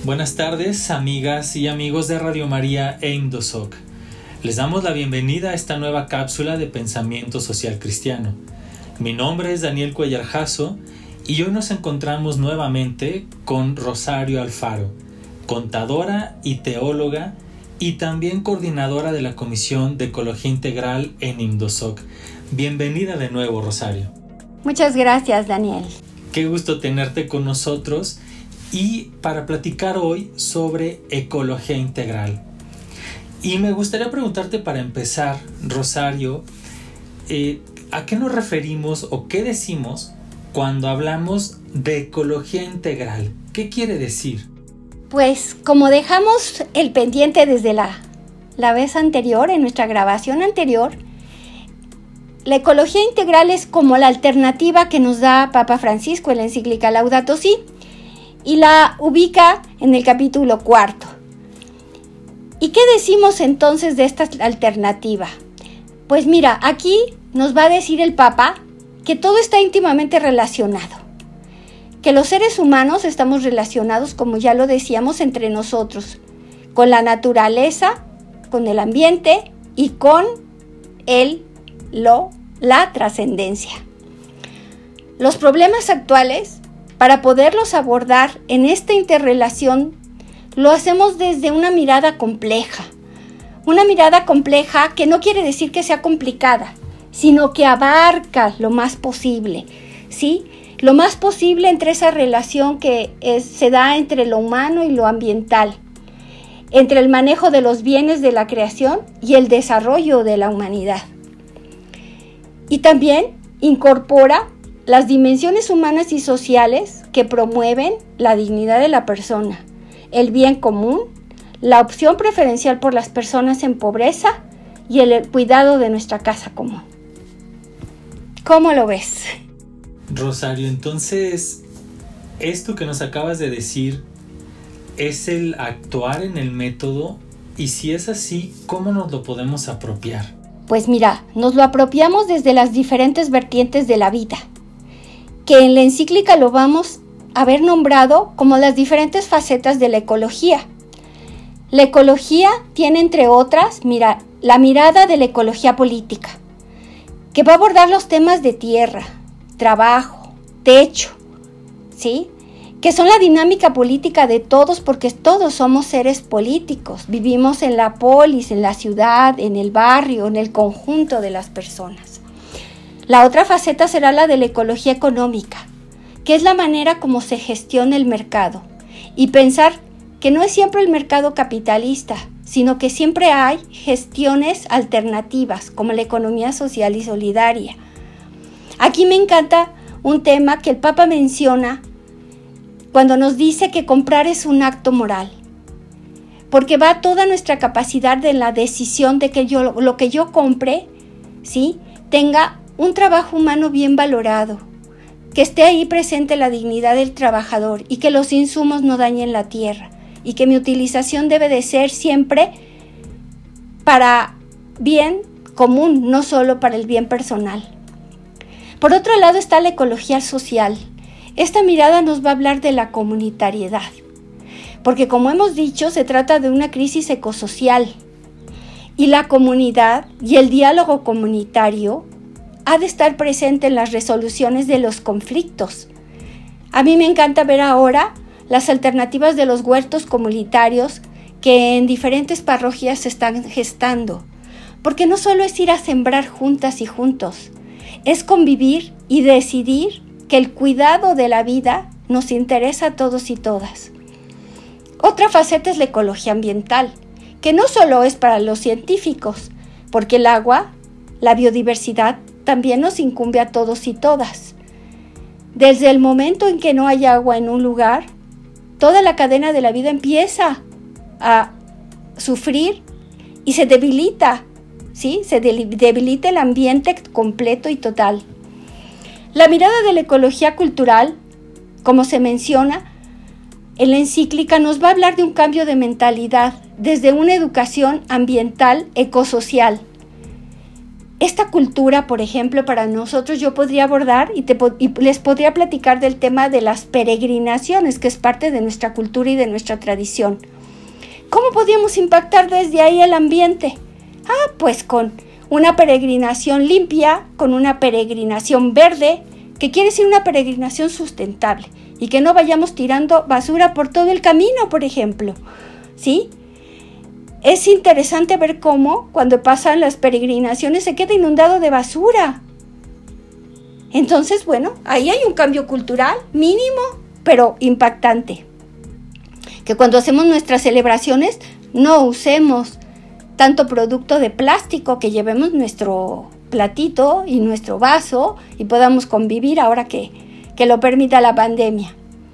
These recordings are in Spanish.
Buenas tardes, amigas y amigos de Radio María e Indosoc. Les damos la bienvenida a esta nueva cápsula de pensamiento social cristiano. Mi nombre es Daniel Cuellar Jasso y hoy nos encontramos nuevamente con Rosario Alfaro, contadora y teóloga y también coordinadora de la Comisión de Ecología Integral en Indosoc. Bienvenida de nuevo, Rosario. Muchas gracias, Daniel. Qué gusto tenerte con nosotros y para platicar hoy sobre ecología integral. Y me gustaría preguntarte para empezar, Rosario, ¿a qué nos referimos o qué decimos cuando hablamos de ecología integral? ¿Qué quiere decir? Pues como dejamos el pendiente desde la vez anterior, en nuestra grabación anterior, la ecología integral es como la alternativa que nos da Papa Francisco en la encíclica Laudato Si y la ubica en el capítulo 4. ¿Y qué decimos entonces de esta alternativa? Pues mira, aquí nos va a decir el Papa que todo está íntimamente relacionado, que los seres humanos estamos relacionados, como ya lo decíamos, entre nosotros, con la naturaleza, con el ambiente y con la trascendencia. Los problemas actuales, para poderlos abordar en esta interrelación, lo hacemos desde una mirada compleja. Una mirada compleja que no quiere decir que sea complicada, sino que abarca lo más posible, ¿sí? Lo más posible entre esa relación que se da entre lo humano y lo ambiental, entre el manejo de los bienes de la creación y el desarrollo de la humanidad. Y también incorpora las dimensiones humanas y sociales que promueven la dignidad de la persona, el bien común, la opción preferencial por las personas en pobreza y el cuidado de nuestra casa común. ¿Cómo lo ves? Rosario, entonces, esto que nos acabas de decir es el actuar en el método, y si es así, ¿cómo nos lo podemos apropiar? Pues mira, nos lo apropiamos desde las diferentes vertientes de la vida, que en la encíclica lo vamos a ver nombrado como las diferentes facetas de la ecología. La ecología tiene, entre otras, la mirada de la ecología política, que va a abordar los temas de tierra, trabajo, techo, ¿sí? Que son la dinámica política de todos, porque todos somos seres políticos, vivimos en la polis, en la ciudad, en el barrio, en el conjunto de las personas. La otra faceta será la de la ecología económica, que es la manera como se gestiona el mercado, y pensar que no es siempre el mercado capitalista, sino que siempre hay gestiones alternativas, como la economía social y solidaria. Aquí me encanta un tema que el Papa menciona cuando nos dice que comprar es un acto moral, porque va toda nuestra capacidad de la decisión de que lo que yo compre, ¿sí?, tenga un trabajo humano bien valorado, que esté ahí presente la dignidad del trabajador y que los insumos no dañen la tierra, y que mi utilización debe de ser siempre para bien común, no solo para el bien personal. Por otro lado está la ecología social. Esta mirada nos va a hablar de la comunitariedad, porque como hemos dicho, se trata de una crisis ecosocial, y la comunidad y el diálogo comunitario ha de estar presente en las resoluciones de los conflictos. A mí me encanta ver ahora las alternativas de los huertos comunitarios que en diferentes parroquias se están gestando, porque no solo es ir a sembrar juntas y juntos, es convivir y decidir que el cuidado de la vida nos interesa a todos y todas. Otra faceta es la ecología ambiental, que no solo es para los científicos, porque el agua, la biodiversidad, también nos incumbe a todos y todas. Desde el momento en que no hay agua en un lugar, toda la cadena de la vida empieza a sufrir y se debilita, ¿sí? Se debilita el ambiente completo y total. La mirada de la ecología cultural, como se menciona en la encíclica, nos va a hablar de un cambio de mentalidad desde una educación ambiental ecosocial, esta cultura, por ejemplo, para nosotros yo podría abordar y les podría platicar del tema de las peregrinaciones, que es parte de nuestra cultura y de nuestra tradición. ¿Cómo podríamos impactar desde ahí el ambiente? Pues con una peregrinación limpia, con una peregrinación verde, que quiere decir una peregrinación sustentable y que no vayamos tirando basura por todo el camino, por ejemplo, ¿sí? Es interesante ver cómo cuando pasan las peregrinaciones se queda inundado de basura. Entonces, bueno, ahí hay un cambio cultural mínimo, pero impactante. Que cuando hacemos nuestras celebraciones no usemos tanto producto de plástico, que llevemos nuestro platito y nuestro vaso y podamos convivir ahora que lo permita la pandemia.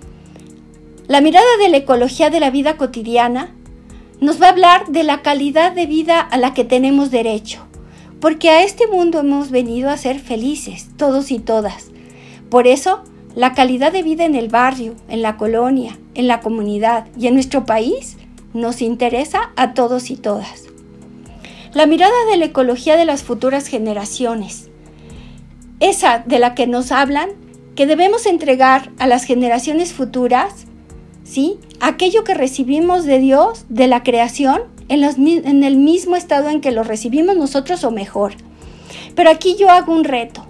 La mirada de la ecología de la vida cotidiana nos va a hablar de la calidad de vida a la que tenemos derecho, porque a este mundo hemos venido a ser felices, todos y todas. Por eso, la calidad de vida en el barrio, en la colonia, en la comunidad y en nuestro país nos interesa a todos y todas. La mirada de la ecología de las futuras generaciones, esa de la que nos hablan, que debemos entregar a las generaciones futuras, ¿sí?, aquello que recibimos de Dios, de la creación, en el mismo estado en que lo recibimos nosotros o mejor. Pero aquí yo hago un reto.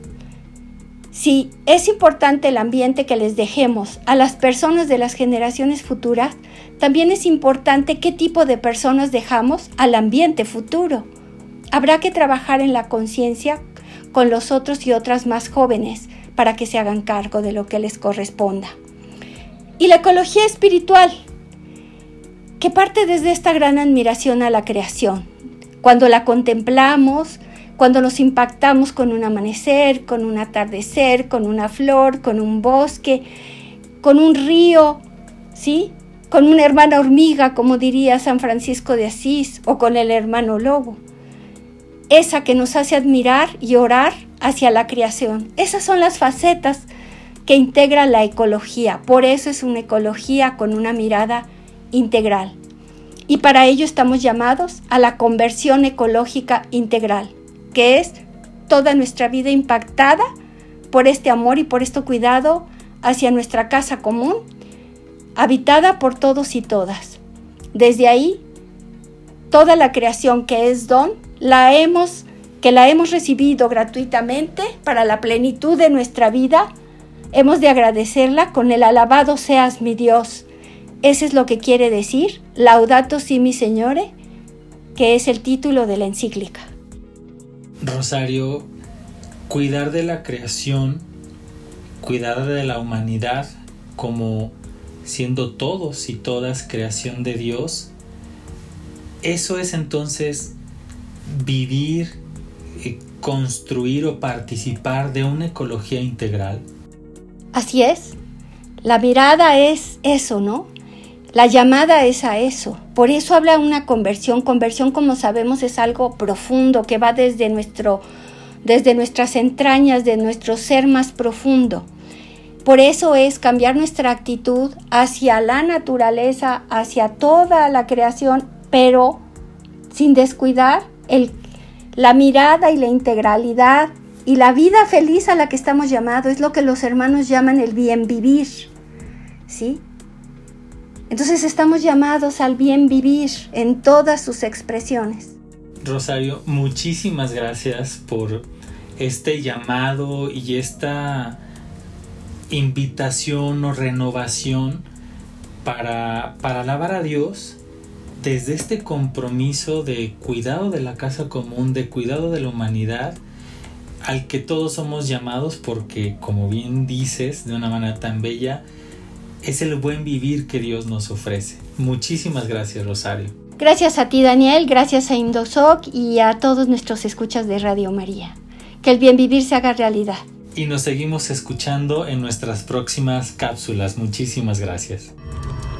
Si es importante el ambiente que les dejemos a las personas de las generaciones futuras, también es importante qué tipo de personas dejamos al ambiente futuro. Habrá que trabajar en la conciencia con los otros y otras más jóvenes para que se hagan cargo de lo que les corresponda. Y la ecología espiritual, que parte desde esta gran admiración a la creación. Cuando la contemplamos, cuando nos impactamos con un amanecer, con un atardecer, con una flor, con un bosque, con un río, ¿sí?, con una hermana hormiga, como diría San Francisco de Asís, o con el hermano lobo. Esa que nos hace admirar y orar hacia la creación. Esas son las facetas que integra la ecología. Por eso es una ecología con una mirada integral. Y para ello estamos llamados a la conversión ecológica integral, que es toda nuestra vida impactada por este amor y por este cuidado hacia nuestra casa común, habitada por todos y todas. Desde ahí, toda la creación que es don, la hemos recibido gratuitamente para la plenitud de nuestra vida, hemos de agradecerla con el alabado seas mi Dios. Ese es lo que quiere decir Laudato Si Mi Signore, que es el título de la encíclica. Rosario, cuidar de la creación, cuidar de la humanidad como siendo todos y todas creación de Dios, eso es entonces vivir, construir o participar de una ecología integral. Así es, la mirada es eso, ¿no? La llamada es a eso. Por eso habla una conversión. Conversión, como sabemos, es algo profundo que va desde nuestras entrañas, de nuestro ser más profundo. Por eso es cambiar nuestra actitud hacia la naturaleza, hacia toda la creación, pero sin descuidar la mirada y la integralidad y la vida feliz a la que estamos llamados. Es lo que los hermanos llaman el bien vivir, ¿sí? Entonces estamos llamados al bien vivir en todas sus expresiones. Rosario, muchísimas gracias por este llamado y esta invitación o renovación para alabar a Dios desde este compromiso de cuidado de la casa común, de cuidado de la humanidad, al que todos somos llamados porque, como bien dices de una manera tan bella, es el buen vivir que Dios nos ofrece. Muchísimas gracias, Rosario. Gracias a ti, Daniel, gracias a Indosoc y a todos nuestros escuchas de Radio María. Que el bien vivir se haga realidad. Y nos seguimos escuchando en nuestras próximas cápsulas. Muchísimas gracias.